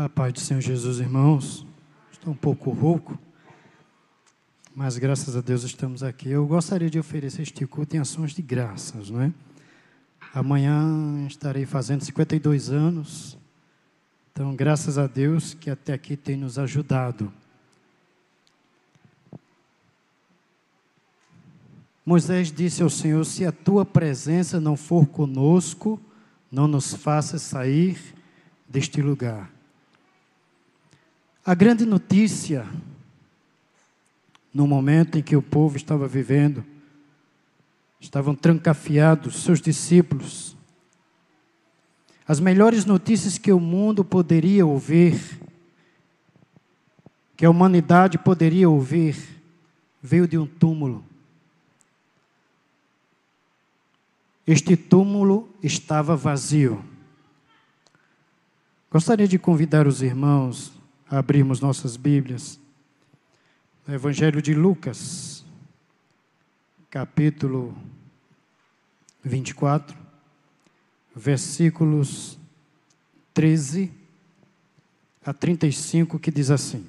A paz do Senhor Jesus, irmãos. Estou um pouco rouco, mas graças a Deus estamos aqui. Eu gostaria de oferecer este culto em ações de graças, não é? Amanhã estarei fazendo 52 anos, então graças a Deus que até aqui tem nos ajudado. Moisés disse ao Senhor: se a tua presença não for conosco, não nos faça sair deste lugar. A grande notícia, no momento em que o povo estava vivendo, estavam trancafiados, seus discípulos. As melhores notícias que o mundo poderia ouvir, que a humanidade poderia ouvir, veio de um túmulo. Este túmulo estava vazio. Gostaria de convidar os irmãos a abrirmos nossas Bíblias no Evangelho de Lucas, capítulo 24, versículos 13 a 35, que diz assim: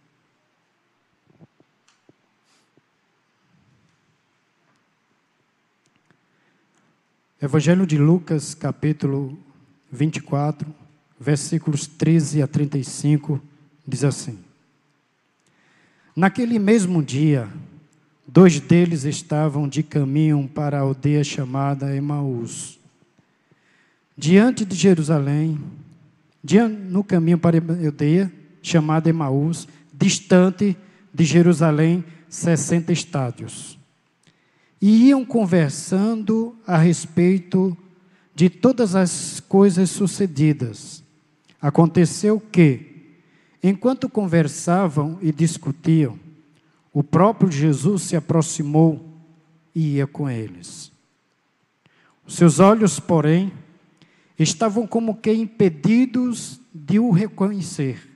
Evangelho de Lucas, capítulo 24, versículos 13 a 35, diz assim: naquele mesmo dia, 2 deles estavam de caminho para a aldeia chamada Emaús, diante de Jerusalém, no caminho para a aldeia chamada Emaús, distante de Jerusalém 60 estádios. E iam conversando a respeito de todas as coisas sucedidas. Aconteceu que, enquanto conversavam e discutiam, o próprio Jesus se aproximou e ia com eles. Os seus olhos, porém, estavam como que impedidos de o reconhecer.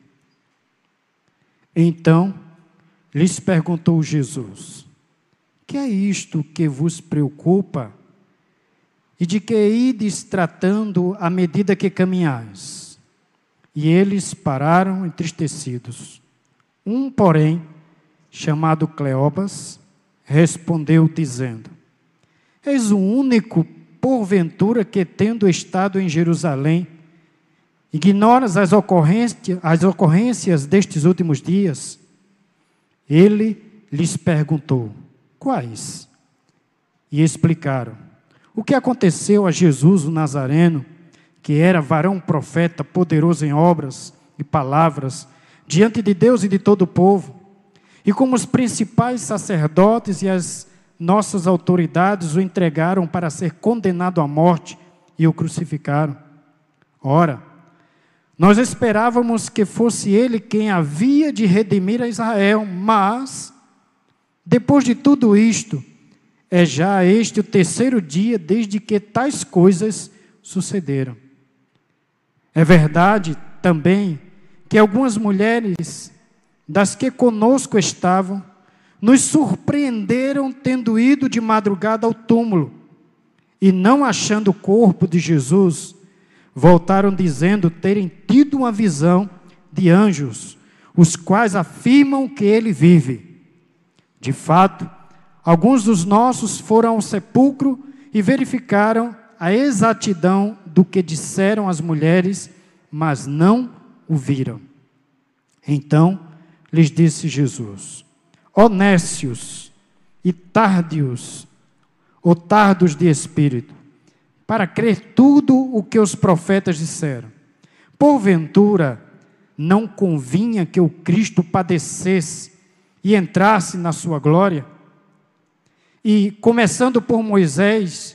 Então, lhes perguntou Jesus: que é isto que vos preocupa? E de que ides tratando à medida que caminhais? E eles pararam entristecidos. Um, porém, chamado Cleobas, respondeu dizendo: és o único, porventura, que tendo estado em Jerusalém, ignoras as ocorrências destes últimos dias? Ele lhes perguntou: quais? E explicaram o que aconteceu a Jesus o Nazareno, que era varão profeta, poderoso em obras e palavras, diante de Deus e de todo o povo, e como os principais sacerdotes e as nossas autoridades o entregaram para ser condenado à morte e o crucificaram. Ora, nós esperávamos que fosse ele quem havia de redimir a Israel, mas, depois de tudo isto, é já este o 3º dia desde que tais coisas sucederam. É verdade também que algumas mulheres das que conosco estavam, nos surpreenderam tendo ido de madrugada ao túmulo, e não achando o corpo de Jesus, voltaram dizendo terem tido uma visão de anjos, os quais afirmam que ele vive. De fato, alguns dos nossos foram ao sepulcro e verificaram a exatidão do que disseram as mulheres, mas não o viram. Então lhes disse Jesus: ó nécios e tardios, ou tardos de espírito, para crer tudo o que os profetas disseram. Porventura, não convinha que o Cristo padecesse e entrasse na sua glória? E, começando por Moisés,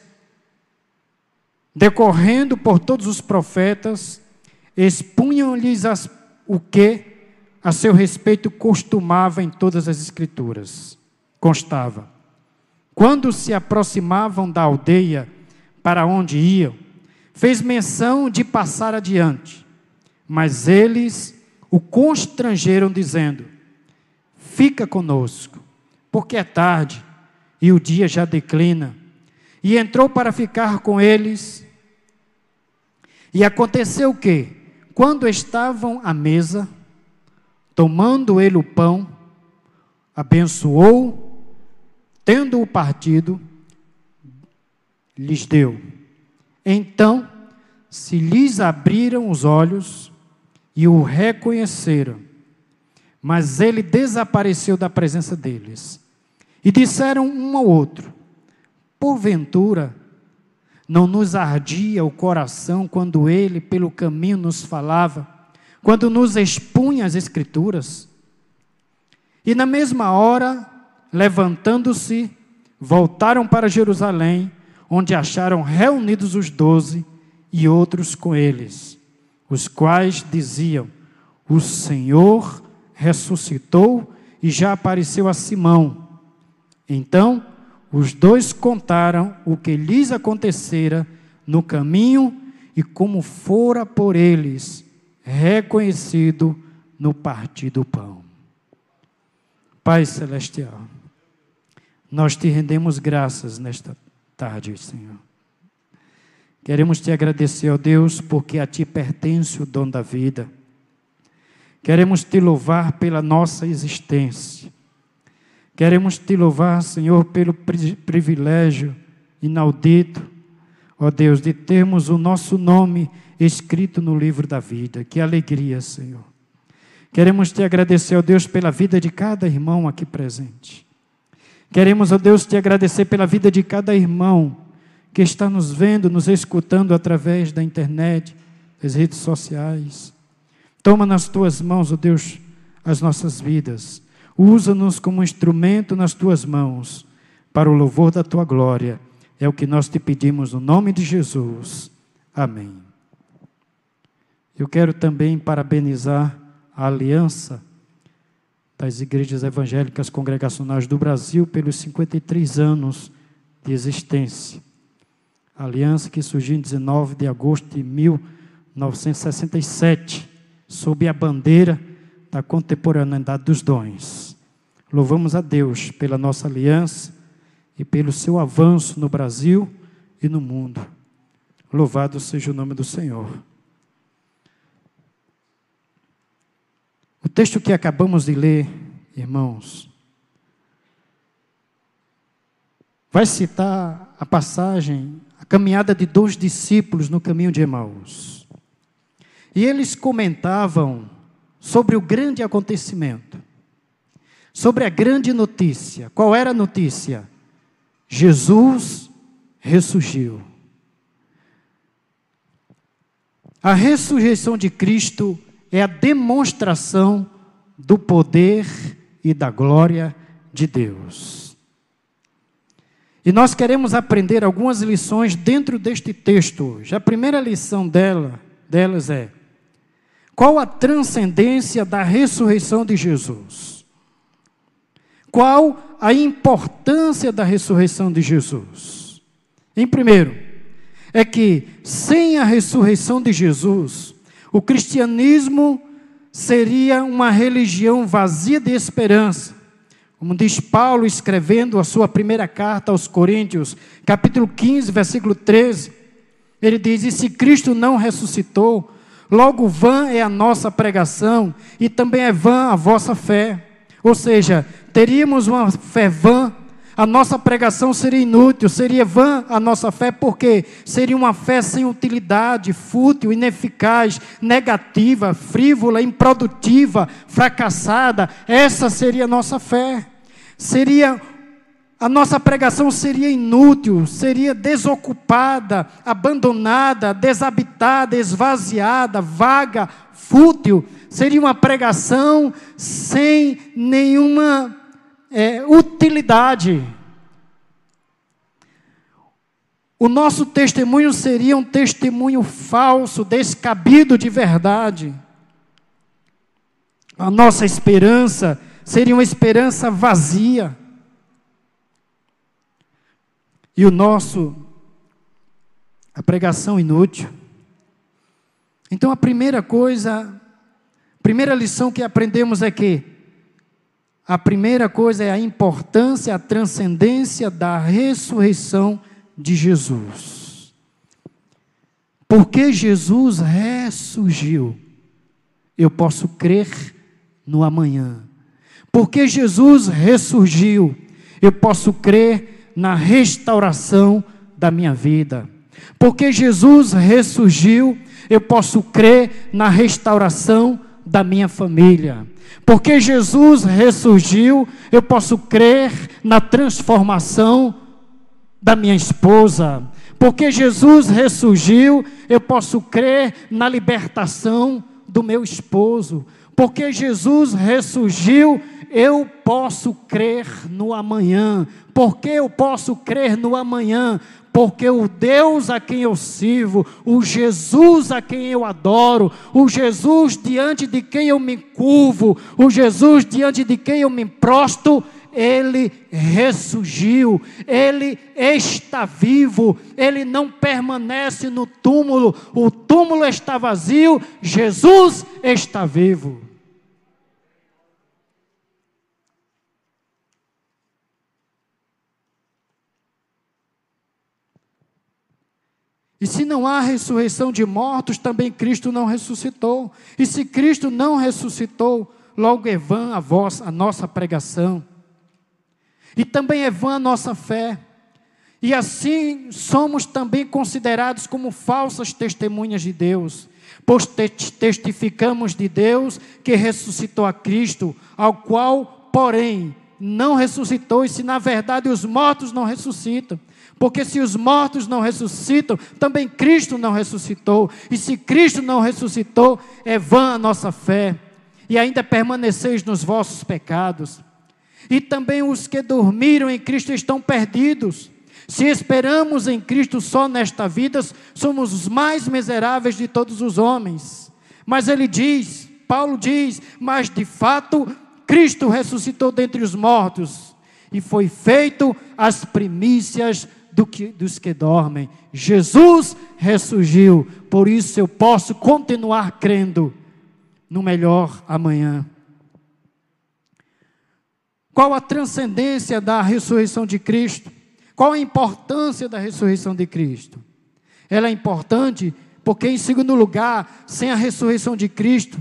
decorrendo por todos os profetas, expunham-lhes o que a seu respeito costumava em todas as Escrituras. Constava: quando se aproximavam da aldeia para onde iam, fez menção de passar adiante, mas eles o constrangeram, dizendo: fica conosco, porque é tarde e o dia já declina. E entrou para ficar com eles. E aconteceu que, quando estavam à mesa, tomando ele o pão, abençoou, tendo-o partido, lhes deu. Então se lhes abriram os olhos e o reconheceram, mas ele desapareceu da presença deles. E disseram um ao outro: porventura, não nos ardia o coração quando ele pelo caminho nos falava, quando nos expunha as Escrituras? E na mesma hora, levantando-se, voltaram para Jerusalém, onde acharam reunidos os 12 e outros com eles, os quais diziam: o Senhor ressuscitou e já apareceu a Simão. Então os dois contaram o que lhes acontecera no caminho e como fora por eles reconhecido no partir do pão. Pai celestial, nós te rendemos graças nesta tarde, Senhor. Queremos te agradecer, ó Deus, porque a ti pertence o dom da vida. Queremos te louvar pela nossa existência. Queremos te louvar, Senhor, pelo privilégio inaudito, ó Deus, de termos o nosso nome escrito no livro da vida. Que alegria, Senhor. Queremos te agradecer, ó Deus, pela vida de cada irmão aqui presente. Queremos, ó Deus, te agradecer pela vida de cada irmão que está nos vendo, nos escutando através da internet, das redes sociais. Toma nas tuas mãos, ó Deus, as nossas vidas. Usa-nos como instrumento nas tuas mãos, para o louvor da tua glória. É o que nós te pedimos no nome de Jesus. Amém. Eu quero também parabenizar a aliança das igrejas evangélicas congregacionais do Brasil pelos 53 anos de existência. A aliança que surgiu em 19 de agosto de 1967, sob a bandeira da contemporaneidade dos dons. Louvamos a Deus pela nossa aliança e pelo seu avanço no Brasil e no mundo. Louvado seja o nome do Senhor. O texto que acabamos de ler, irmãos, vai citar a passagem, a caminhada de 2 discípulos no caminho de Emaús. E eles comentavam sobre o grande acontecimento, sobre a grande notícia. Qual era a notícia? Jesus ressurgiu. A ressurreição de Cristo é a demonstração do poder e da glória de Deus. E nós queremos aprender algumas lições dentro deste texto hoje. A primeira lição delas é: qual a transcendência da ressurreição de Jesus? Qual a importância da ressurreição de Jesus? Em primeiro, é que sem a ressurreição de Jesus, o cristianismo seria uma religião vazia de esperança. Como diz Paulo escrevendo a sua primeira carta aos Coríntios, capítulo 15, versículo 13, ele diz: e se Cristo não ressuscitou, logo vã é a nossa pregação e também é vã a vossa fé. Ou seja, teríamos uma fé vã, a nossa pregação seria inútil, seria vã a nossa fé, porque seria uma fé sem utilidade, fútil, ineficaz, negativa, frívola, improdutiva, fracassada. Essa seria a nossa fé. A nossa pregação seria inútil, seria desocupada, abandonada, desabitada, esvaziada, vaga, fútil. Seria uma pregação sem nenhuma utilidade. O nosso testemunho seria um testemunho falso, descabido de verdade. A nossa esperança seria uma esperança vazia. E a pregação inútil. Então a primeira lição que aprendemos é que a primeira coisa é a importância, a transcendência da ressurreição de Jesus. Porque Jesus ressurgiu. eu posso crer no amanhã. Porque Jesus ressurgiu, eu posso crer na restauração da minha vida. Porque Jesus ressurgiu, eu posso crer na restauração da minha família. Porque Jesus ressurgiu, eu posso crer na transformação da minha esposa. Porque Jesus ressurgiu, eu posso crer na libertação do meu esposo. Porque Jesus ressurgiu, eu posso crer no amanhã. Porque eu posso crer no amanhã? Porque o Deus a quem eu sirvo, o Jesus a quem eu adoro, o Jesus diante de quem eu me curvo, o Jesus diante de quem eu me prostro, Ele ressurgiu, Ele está vivo, Ele não permanece no túmulo, o túmulo está vazio, Jesus está vivo. E se não há ressurreição de mortos, também Cristo não ressuscitou. E se Cristo não ressuscitou, logo é vã a nossa pregação. E também é vã a nossa fé. E assim somos também considerados como falsas testemunhas de Deus. Pois testificamos de Deus que ressuscitou a Cristo, ao qual, porém, não ressuscitou. E se na verdade os mortos não ressuscitam. Porque se os mortos não ressuscitam, também Cristo não ressuscitou. E se Cristo não ressuscitou, é vã a nossa fé. E ainda permaneceis nos vossos pecados. E também os que dormiram em Cristo estão perdidos. Se esperamos em Cristo só nesta vida, somos os mais miseráveis de todos os homens. Mas ele diz, Paulo diz, mas de fato, Cristo ressuscitou dentre os mortos. E foi feito as primícias dos que dormem. Jesus ressurgiu, por isso eu posso continuar crendo no melhor amanhã. Qual a transcendência da ressurreição de Cristo? Qual a importância da ressurreição de Cristo? Ela é importante porque, em segundo lugar, sem a ressurreição de Cristo,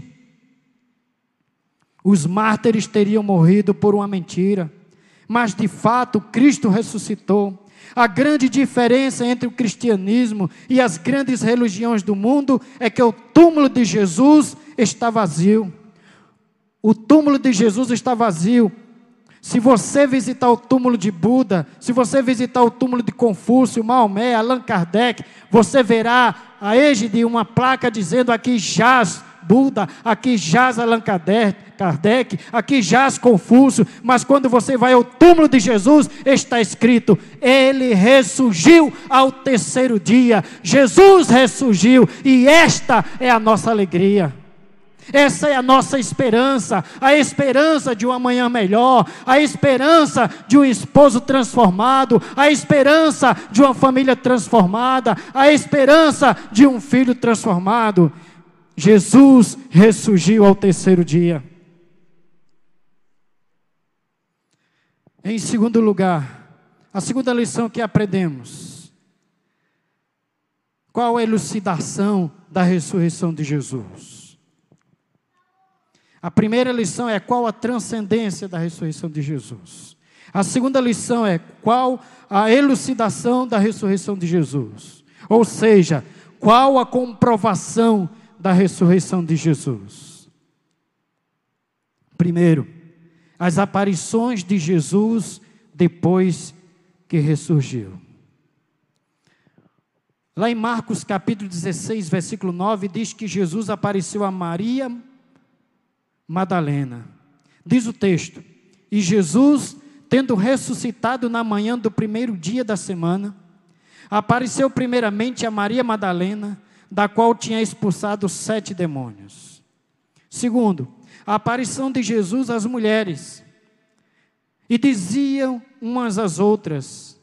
os mártires teriam morrido por uma mentira. Mas de fato, Cristo ressuscitou. A grande diferença entre o cristianismo e as grandes religiões do mundo é que o túmulo de Jesus está vazio. O túmulo de Jesus está vazio. Se você visitar o túmulo de Buda, se você visitar o túmulo de Confúcio, Maomé, Allan Kardec, você verá a égide uma placa dizendo: aqui jaz Buda, aqui jaz Allan Kardec, aqui jaz Confúcio. Mas quando você vai ao túmulo de Jesus, está escrito: Ele ressurgiu ao terceiro dia. Jesus ressurgiu, e esta é a nossa alegria. Essa é a nossa esperança, a esperança de um amanhã melhor, a esperança de um esposo transformado, a esperança de uma família transformada, a esperança de um filho transformado. Jesus ressurgiu ao terceiro dia. Em segundo lugar, a segunda lição que aprendemos: qual a elucidação da ressurreição de Jesus? A primeira lição é qual a transcendência da ressurreição de Jesus. A segunda lição é qual a elucidação da ressurreição de Jesus. Ou seja, qual a comprovação da ressurreição de Jesus. Primeiro, as aparições de Jesus depois que ressurgiu. Lá em Marcos capítulo 16, versículo 9, diz que Jesus apareceu a Maria Madalena. Diz o texto: e Jesus, tendo ressuscitado na manhã do primeiro dia da semana, apareceu primeiramente a Maria Madalena, da qual tinha expulsado 7 demônios. Segundo, a aparição de Jesus às mulheres. E diziam umas às outras: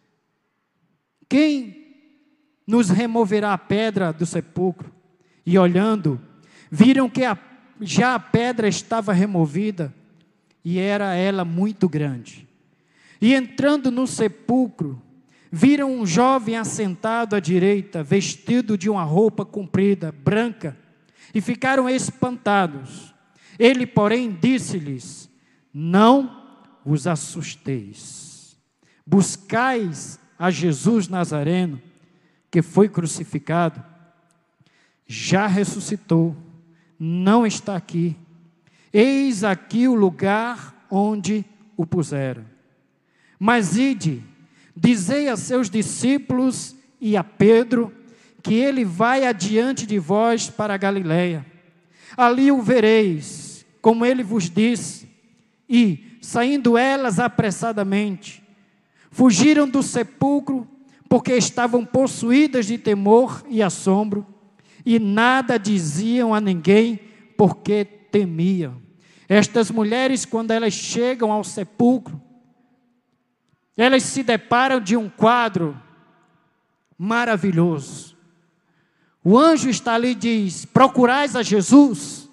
quem nos removerá a pedra do sepulcro? E olhando, viram que já a pedra estava removida, e era ela muito grande. E entrando no sepulcro, viram um jovem assentado à direita, vestido de uma roupa comprida, branca, e ficaram espantados. Ele, porém, disse-lhes: não vos assusteis. Buscais a Jesus Nazareno, que foi crucificado. Já ressuscitou, não está aqui. Eis aqui o lugar onde o puseram. Mas ide, dizei a seus discípulos e a Pedro, que ele vai adiante de vós para a Galileia. Ali o vereis, como ele vos disse. E, saindo elas apressadamente, fugiram do sepulcro, porque estavam possuídas de temor e assombro, e nada diziam a ninguém, porque temiam. Estas mulheres, quando elas chegam ao sepulcro, elas se deparam de um quadro maravilhoso. O anjo está ali e diz: procurais a Jesus.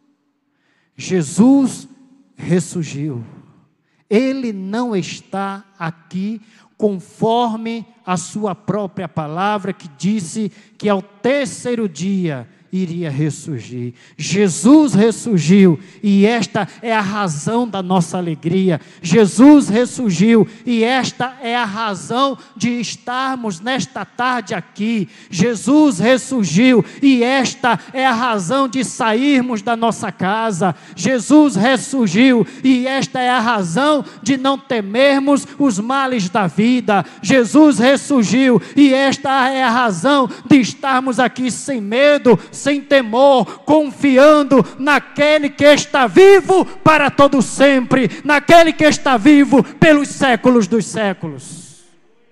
Jesus ressurgiu. Ele não está aqui, conforme a sua própria palavra, que disse que ao terceiro dia iria ressurgir. Jesus ressurgiu, e esta é a razão da nossa alegria. Jesus ressurgiu, e esta é a razão de estarmos nesta tarde aqui. Jesus ressurgiu, e esta é a razão de sairmos da nossa casa. Jesus ressurgiu, e esta é a razão de não temermos os males da vida. Jesus ressurgiu, e esta é a razão de estarmos aqui sem medo, sem temor, confiando naquele que está vivo para todo sempre, naquele que está vivo pelos séculos dos séculos.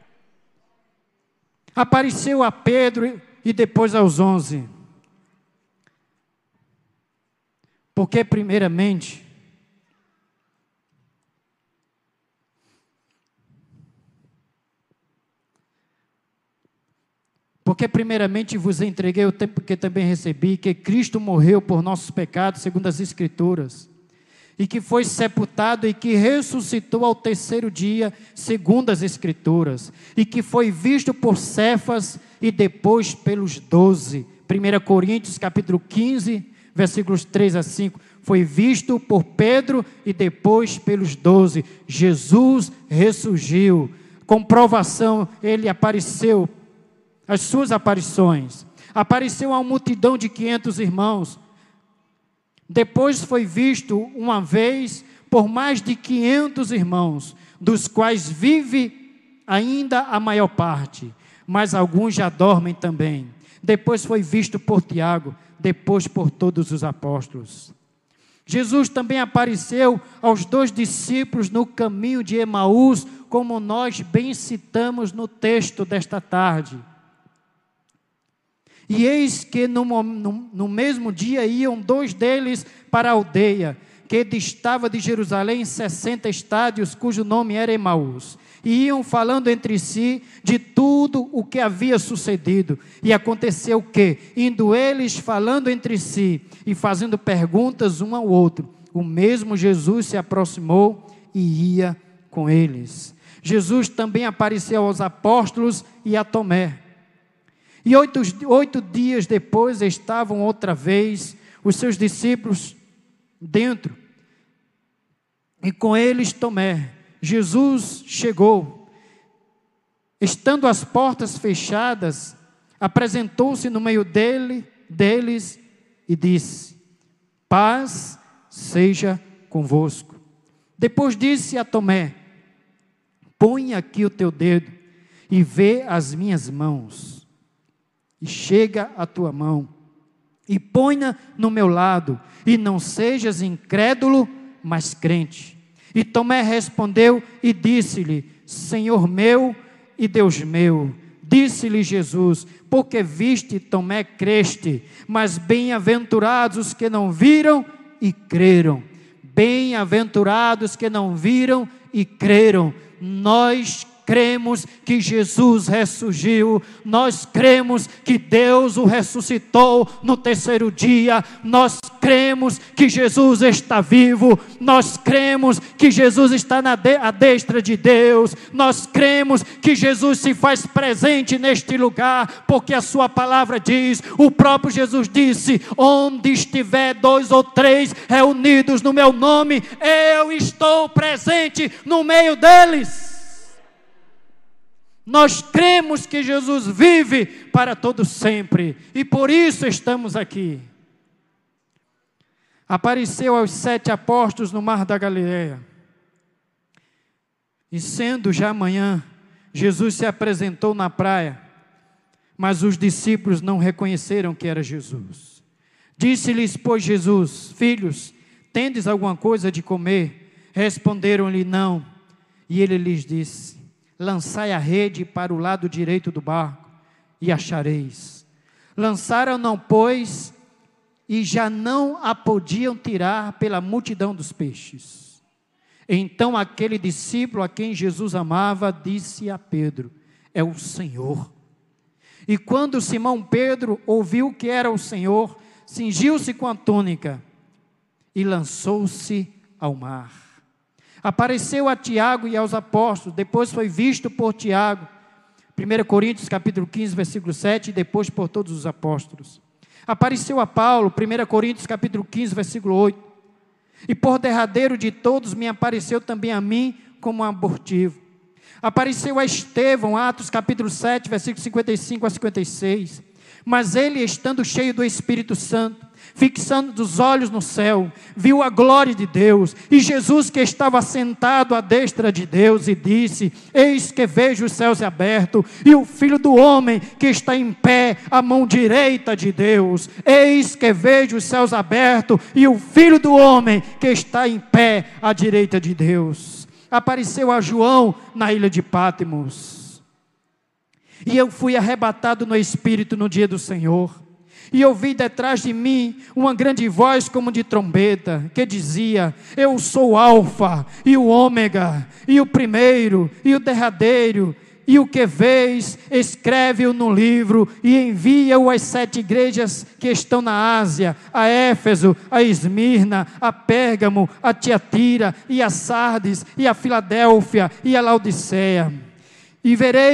Apareceu a Pedro e depois aos 11. Porque primeiramente vos entreguei o tempo que também recebi, que Cristo morreu por nossos pecados, segundo as Escrituras, e que foi sepultado e que ressuscitou ao terceiro dia, segundo as Escrituras, e que foi visto por Cefas e depois pelos 12. 1 Coríntios capítulo 15, versículos 3 a 5. Foi visto por Pedro e depois pelos 12. Jesus ressurgiu. Comprovação, ele apareceu. As suas aparições, apareceu a uma multidão de 500 irmãos, depois foi visto uma vez por mais de 500 irmãos, dos quais vive ainda a maior parte, mas alguns já dormem também. Depois foi visto por Tiago, depois por todos os apóstolos. Jesus também apareceu aos 2 discípulos no caminho de Emaús, como nós bem citamos no texto desta tarde. E eis que no mesmo dia iam 2 deles para a aldeia, que distava de Jerusalém 60 estádios, cujo nome era Emaús. E iam falando entre si de tudo o que havia sucedido. E aconteceu que, indo eles falando entre si e fazendo perguntas um ao outro, o mesmo Jesus se aproximou e ia com eles. Jesus também apareceu aos apóstolos e a Tomé. E 8 dias depois estavam outra vez os seus discípulos dentro, e com eles Tomé. Jesus chegou, estando as portas fechadas, apresentou-se no meio deles e disse: paz seja convosco. Depois disse a Tomé: põe aqui o teu dedo e vê as minhas mãos. E chega a tua mão, e põe-na no meu lado, e não sejas incrédulo, mas crente. E Tomé respondeu e disse-lhe: Senhor meu e Deus meu. Disse-lhe Jesus: porque viste, Tomé, creste. Mas bem-aventurados os que não viram e creram. Bem-aventurados que não viram e creram. Nós cremos que Jesus ressurgiu, nós cremos que Deus o ressuscitou no terceiro dia, nós cremos que Jesus está vivo, nós cremos que Jesus está à destra de Deus, nós cremos que Jesus se faz presente neste lugar, porque a sua palavra diz, o próprio Jesus disse, onde estiver 2 ou 3 reunidos no meu nome, eu estou presente no meio deles. Nós cremos que Jesus vive para todo sempre, e por isso estamos aqui. Apareceu aos 7 apóstolos no mar da Galileia, e sendo já manhã, Jesus se apresentou na praia, mas os discípulos não reconheceram que era Jesus. Disse-lhes, pois, Jesus, filhos, tendes alguma coisa de comer? Responderam-lhe, não. E ele lhes disse, lançai a rede para o lado direito do barco, e achareis. Lançaram-na, pois, e já não a podiam tirar pela multidão dos peixes. Então aquele discípulo a quem Jesus amava, disse a Pedro, é o Senhor. E quando Simão Pedro ouviu que era o Senhor, cingiu-se com a túnica e lançou-se ao mar. Apareceu a Tiago e aos apóstolos, depois foi visto por Tiago, 1 Coríntios capítulo 15, versículo 7, e depois por todos os apóstolos. Apareceu a Paulo, 1 Coríntios capítulo 15, versículo 8, e por derradeiro de todos me apareceu também a mim como um abortivo. Apareceu a Estevão, Atos capítulo 7, versículo 55 a 56, mas ele, estando cheio do Espírito Santo, fixando os olhos no céu, viu a glória de Deus, e Jesus que estava sentado à destra de Deus, e disse, eis que vejo os céus abertos, e o Filho do Homem que está em pé, à mão direita de Deus, eis que vejo os céus abertos, e o Filho do Homem que está em pé, à direita de Deus. Apareceu a João na ilha de Pátimos, e eu fui arrebatado no Espírito no dia do Senhor, e ouvi detrás de mim uma grande voz como de trombeta, que dizia, eu sou o Alfa e o Ômega, e o primeiro e o derradeiro, e o que vês, escreve-o no livro, e envia-o às 7 igrejas que estão na Ásia, a Éfeso, a Esmirna, a Pérgamo, a Tiatira, e a Sardes, e a Filadélfia, e a Laodiceia. E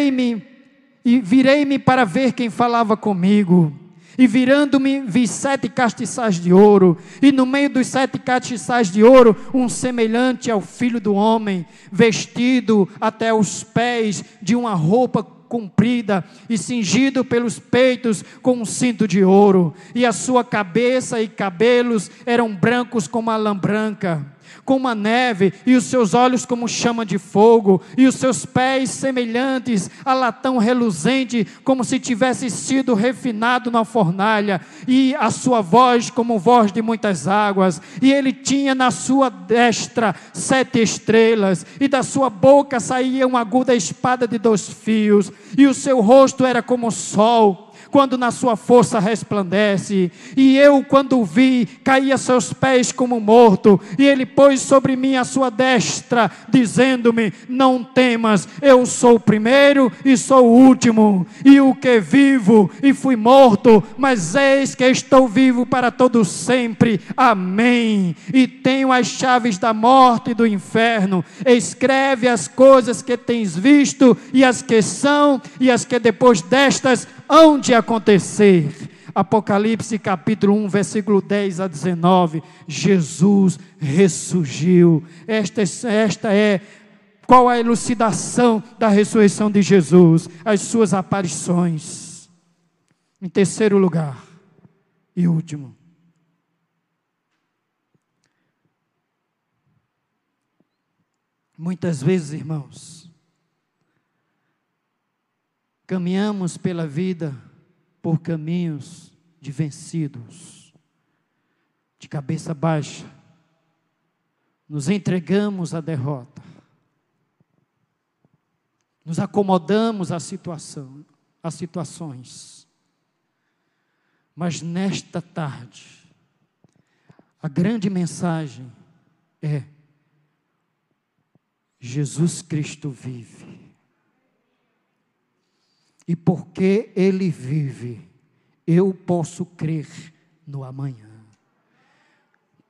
virei-me para ver quem falava comigo. E virando-me, vi 7 castiçais de ouro, e no meio dos 7 castiçais de ouro, um semelhante ao Filho do Homem, vestido até os pés de uma roupa comprida, e cingido pelos peitos com um cinto de ouro, e a sua cabeça e cabelos eram brancos como a lã branca, como a neve, e os seus olhos como chama de fogo, e os seus pés semelhantes a latão reluzente, como se tivesse sido refinado na fornalha, e a sua voz como voz de muitas águas, e ele tinha na sua destra 7 estrelas, e da sua boca saía uma aguda espada de 2 fios, e o seu rosto era como o sol, quando na sua força resplandece, e eu quando o vi, caí a seus pés como morto, e ele pôs sobre mim a sua destra, dizendo-me, não temas, eu sou o primeiro e sou o último, e o que vivo, e fui morto, mas eis que estou vivo para todo sempre, amém, e tenho as chaves da morte e do inferno, escreve as coisas que tens visto, e as que são, e as que depois destas hão de acontecer. Apocalipse capítulo 1, versículo 10 a 19, Jesus ressurgiu. Esta é qual a elucidação da ressurreição de Jesus, as suas aparições. Em terceiro lugar e último, muitas vezes, irmãos, caminhamos pela vida por caminhos de vencidos, de cabeça baixa, nos entregamos à derrota, nos acomodamos às situações, mas nesta tarde, a grande mensagem é: Jesus Cristo vive. E porque Ele vive, eu posso crer no amanhã.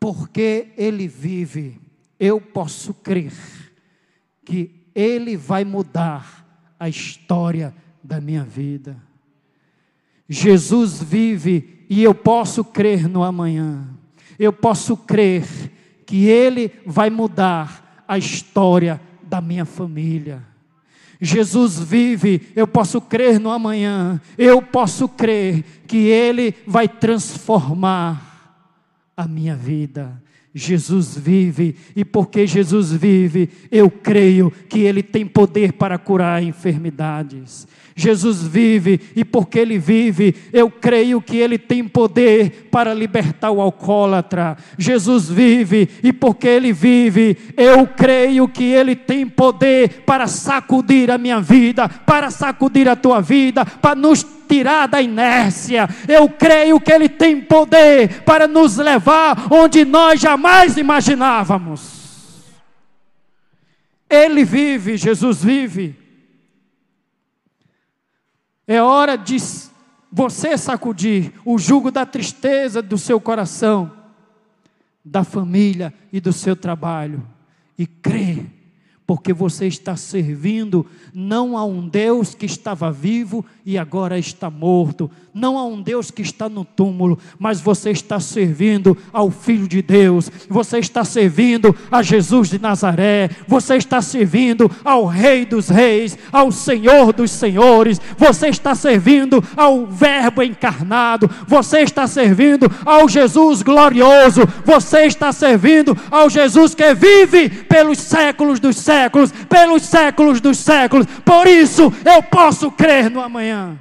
porque Ele vive, eu posso crer que Ele vai mudar a história da minha vida. Jesus vive e eu posso crer no amanhã. Eu posso crer que Ele vai mudar a história da minha família. Jesus vive, eu posso crer no amanhã. Eu posso crer que Ele vai transformar a minha vida. Jesus vive, e porque Jesus vive, eu creio que Ele tem poder para curar enfermidades. Jesus vive, e porque Ele vive, eu creio que Ele tem poder para libertar o alcoólatra. Jesus vive, e porque Ele vive, eu creio que Ele tem poder para sacudir a minha vida, para sacudir a tua vida, para nos tirar da inércia. Eu creio que Ele tem poder para nos levar onde nós jamais imaginávamos. Ele vive, Jesus vive. É hora de você sacudir o jugo da tristeza do seu coração, da família e do seu trabalho, e crer, porque você está servindo não a um Deus que estava vivo e agora está morto, não a um Deus que está no túmulo, mas você está servindo ao Filho de Deus, você está servindo a Jesus de Nazaré, você está servindo ao Rei dos Reis, ao Senhor dos Senhores, você está servindo ao Verbo encarnado, você está servindo ao Jesus glorioso, você está servindo ao Jesus que vive pelos séculos dos séculos, pelos séculos dos séculos. Por isso eu posso crer no amanhã.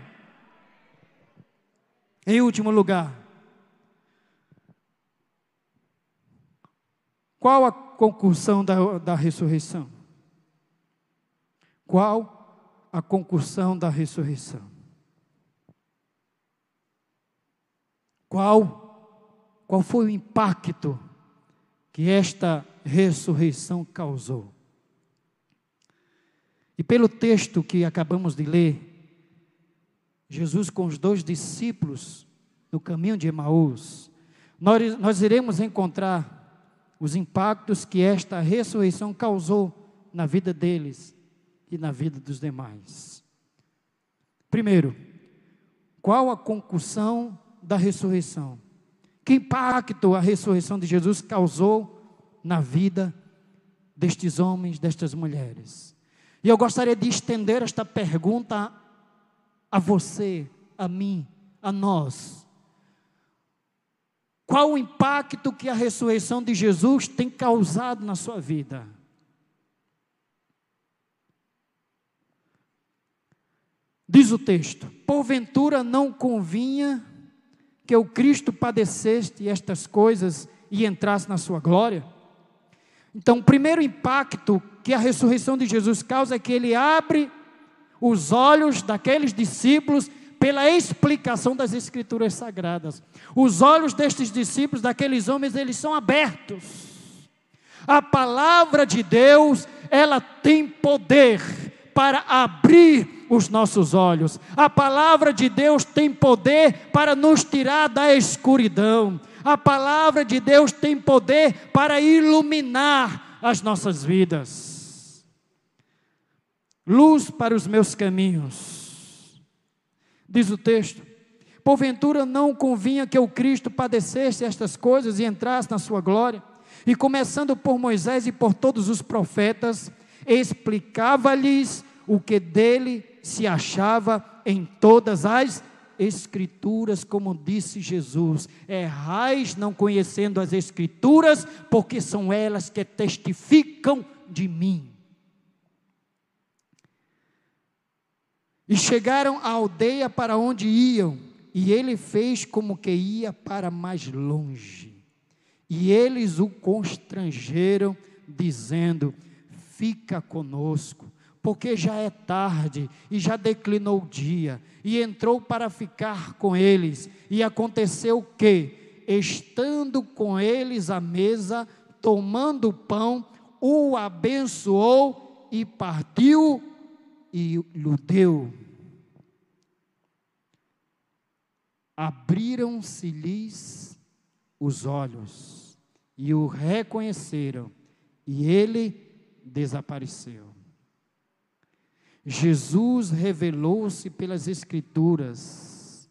Em último lugar, qual a conclusão da ressurreição? Qual a conclusão da ressurreição? Qual foi o impacto que esta ressurreição causou? E pelo texto que acabamos de ler, Jesus com os 2 discípulos no caminho de Emaús, nós iremos encontrar os impactos que esta ressurreição causou na vida deles e na vida dos demais. Primeiro, qual a conclusão da ressurreição? Que impacto a ressurreição de Jesus causou na vida destes homens, destas mulheres? E eu gostaria de estender esta pergunta a você, a mim, a nós. Qual o impacto que a ressurreição de Jesus tem causado na sua vida? Diz o texto: porventura não convinha que o Cristo padecesse estas coisas e entrasse na sua glória? Então, o primeiro impacto que a ressurreição de Jesus causa é que Ele abre os olhos daqueles discípulos pela explicação das Escrituras Sagradas. Os olhos destes discípulos, daqueles homens, eles são abertos. A palavra de Deus, ela tem poder para abrir os nossos olhos. A palavra de Deus tem poder para nos tirar da escuridão. A palavra de Deus tem poder para iluminar as nossas vidas. Luz para os meus caminhos. Diz o texto: porventura não convinha que o Cristo padecesse estas coisas e entrasse na sua glória? E começando por Moisés e por todos os profetas, explicava-lhes o que dele se achava em todas as Escrituras, como disse Jesus: errais não conhecendo as Escrituras, porque são elas que testificam de mim. E chegaram à aldeia para onde iam, e ele fez como que ia para mais longe. E eles o constrangeram, dizendo: fica conosco, porque já é tarde e já declinou o dia. E entrou para ficar com eles. E aconteceu que, estando com eles à mesa, tomando o pão, o abençoou e partiu e lhe deu. Abriram-se-lhes os olhos e o reconheceram, e ele desapareceu. Jesus revelou-se pelas Escrituras.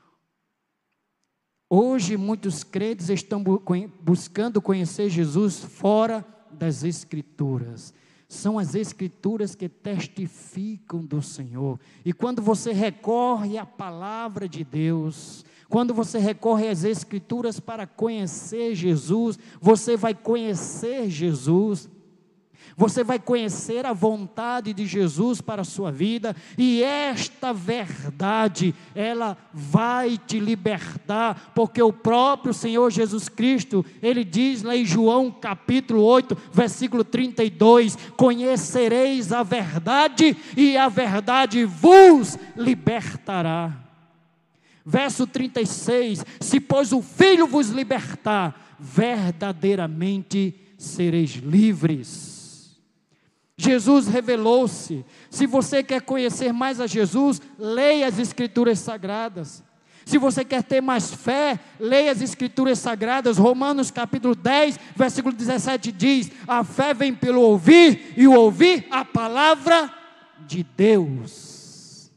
Hoje muitos crentes estão buscando conhecer Jesus fora das Escrituras. São as Escrituras que testificam do Senhor. E quando você recorre à palavra de Deus, quando você recorre às Escrituras para conhecer Jesus, você vai conhecer Jesus. Você vai conhecer a vontade de Jesus para a sua vida, e esta verdade, ela vai te libertar, porque o próprio Senhor Jesus Cristo, Ele diz lá em João capítulo 8, versículo 32, conhecereis a verdade, e a verdade vos libertará. Verso 36, se pois o Filho vos libertar, verdadeiramente sereis livres. Jesus revelou-se. Se você quer conhecer mais a Jesus, leia as Escrituras Sagradas. Se você quer ter mais fé, leia as Escrituras Sagradas. Romanos capítulo 10, versículo 17 diz: a fé vem pelo ouvir, e o ouvir a palavra de Deus.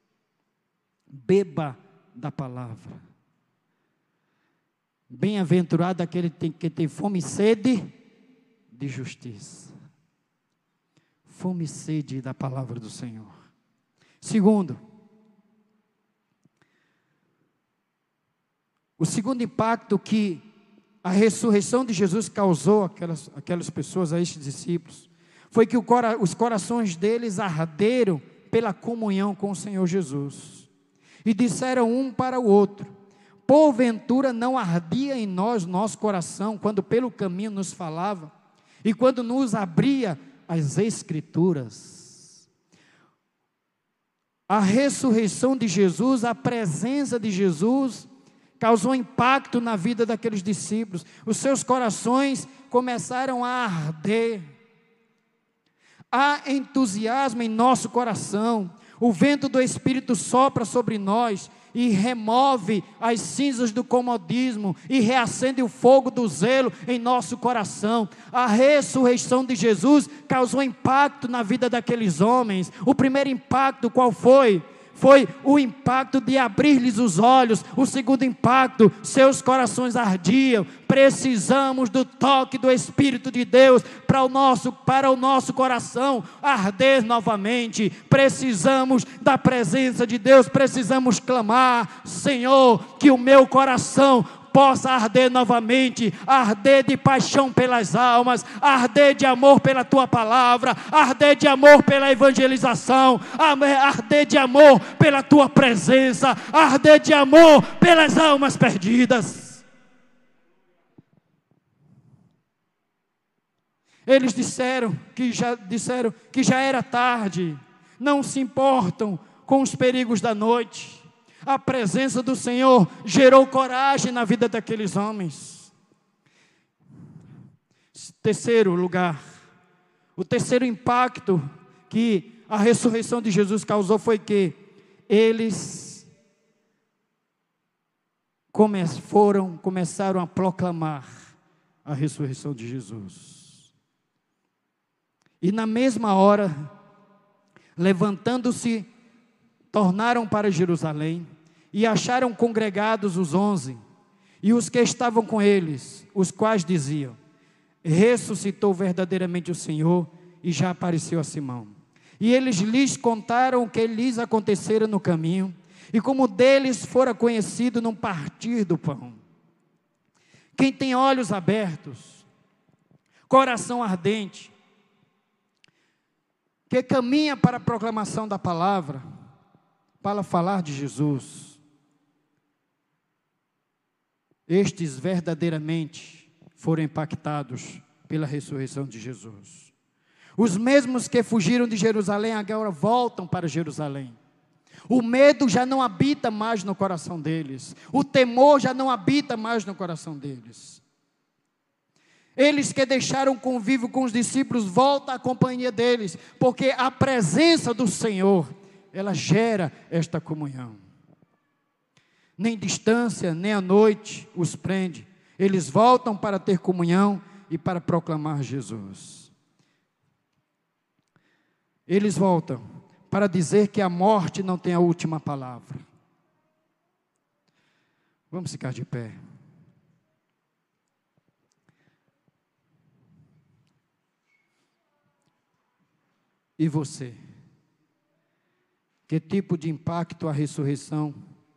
Beba da palavra. Bem-aventurado aquele que tem fome e sede de justiça. Fome e sede da palavra do Senhor. Segundo, o segundo impacto que a ressurreição de Jesus causou aquelas pessoas, a estes discípulos, foi que os corações deles arderam pela comunhão com o Senhor Jesus. E disseram um para o outro: porventura não ardia em nós nosso coração, quando pelo caminho nos falava, e quando nos abria as Escrituras. A ressurreição de Jesus, a presença de Jesus, causou impacto na vida daqueles discípulos. Os seus corações começaram a arder. Há entusiasmo em nosso coração. O vento do Espírito sopra sobre nós e remove as cinzas do comodismo e reacende o fogo do zelo em nosso coração. A ressurreição de Jesus causou impacto na vida daqueles homens. O primeiro impacto qual foi? Foi o impacto de abrir-lhes os olhos. O segundo impacto, seus corações ardiam. Precisamos do toque do Espírito de Deus para o nosso coração arder novamente. Precisamos da presença de Deus. Precisamos clamar: Senhor, que o meu coração possa arder novamente, arder de paixão pelas almas, arder de amor pela Tua palavra, arder de amor pela evangelização, arder de amor pela Tua presença, arder de amor pelas almas perdidas. Eles disseram que já era tarde, não se importam com os perigos da noite. A presença do Senhor gerou coragem na vida daqueles homens. Terceiro lugar, o terceiro impacto que a ressurreição de Jesus causou foi que eles começaram a proclamar a ressurreição de Jesus. E na mesma hora, levantando-se, tornaram para Jerusalém e acharam congregados os 11 e os que estavam com eles, os quais diziam: ressuscitou verdadeiramente o Senhor e já apareceu a Simão. E eles lhes contaram o que lhes acontecera no caminho e como deles fora conhecido no partir do pão. Quem tem olhos abertos, coração ardente, que caminha para a proclamação da palavra, para falar de Jesus, estes verdadeiramente foram impactados pela ressurreição de Jesus. Os mesmos que fugiram de Jerusalém agora voltam para Jerusalém. O medo já não habita mais no coração deles. O temor já não habita mais no coração deles. Eles que deixaram o convívio com os discípulos voltam à companhia deles, porque a presença do Senhor, ela gera esta comunhão. Nem distância, nem a noite os prende. Eles voltam para ter comunhão e para proclamar Jesus. Eles voltam para dizer que a morte não tem a última palavra. Vamos ficar de pé. E você? Que tipo de impacto a ressurreição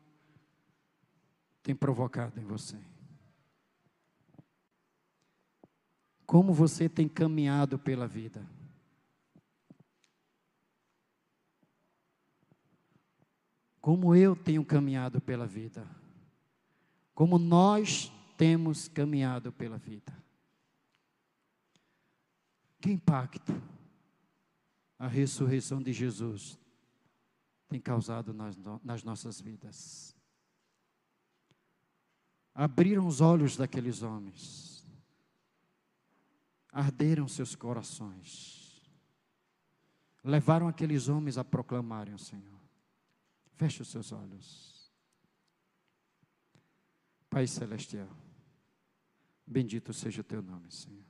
tem provocado em você? Como você tem caminhado pela vida? Como eu tenho caminhado pela vida? Como nós temos caminhado pela vida? Que impacto a ressurreição de Jesus tem causado nas nossas vidas? Abriram os olhos daqueles homens, arderam seus corações, levaram aqueles homens a proclamarem o Senhor. Feche os seus olhos. Pai Celestial, bendito seja o teu nome, Senhor.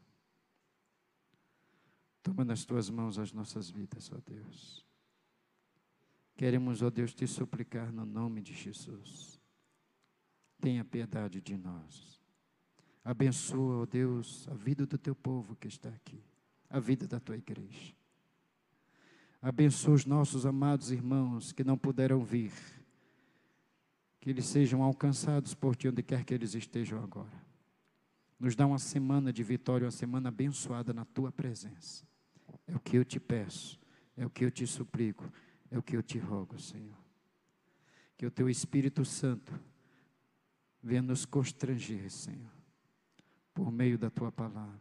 Toma nas tuas mãos as nossas vidas, ó Deus. Queremos, ó Deus, te suplicar no nome de Jesus. Tenha piedade de nós. Abençoa, ó Deus, a vida do teu povo que está aqui, a vida da tua igreja. Abençoa os nossos amados irmãos que não puderam vir, que eles sejam alcançados por ti onde quer que eles estejam agora. Nos dá uma semana de vitória, uma semana abençoada na tua presença. É o que eu te peço, é o que eu te suplico, é o que eu te rogo, Senhor. Que o teu Espírito Santo venha nos constranger, Senhor, por meio da tua palavra.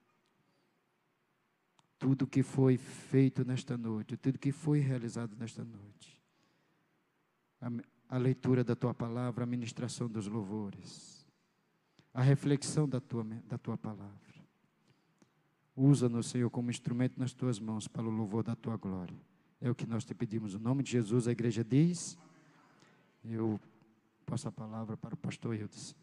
Tudo que foi feito nesta noite, tudo que foi realizado nesta noite, a leitura da tua palavra, a ministração dos louvores, a reflexão da tua palavra. Usa-nos, Senhor, como instrumento nas tuas mãos para o louvor da tua glória. É o que nós te pedimos. No nome de Jesus, a igreja diz. Eu passo a palavra para o pastor Eudes.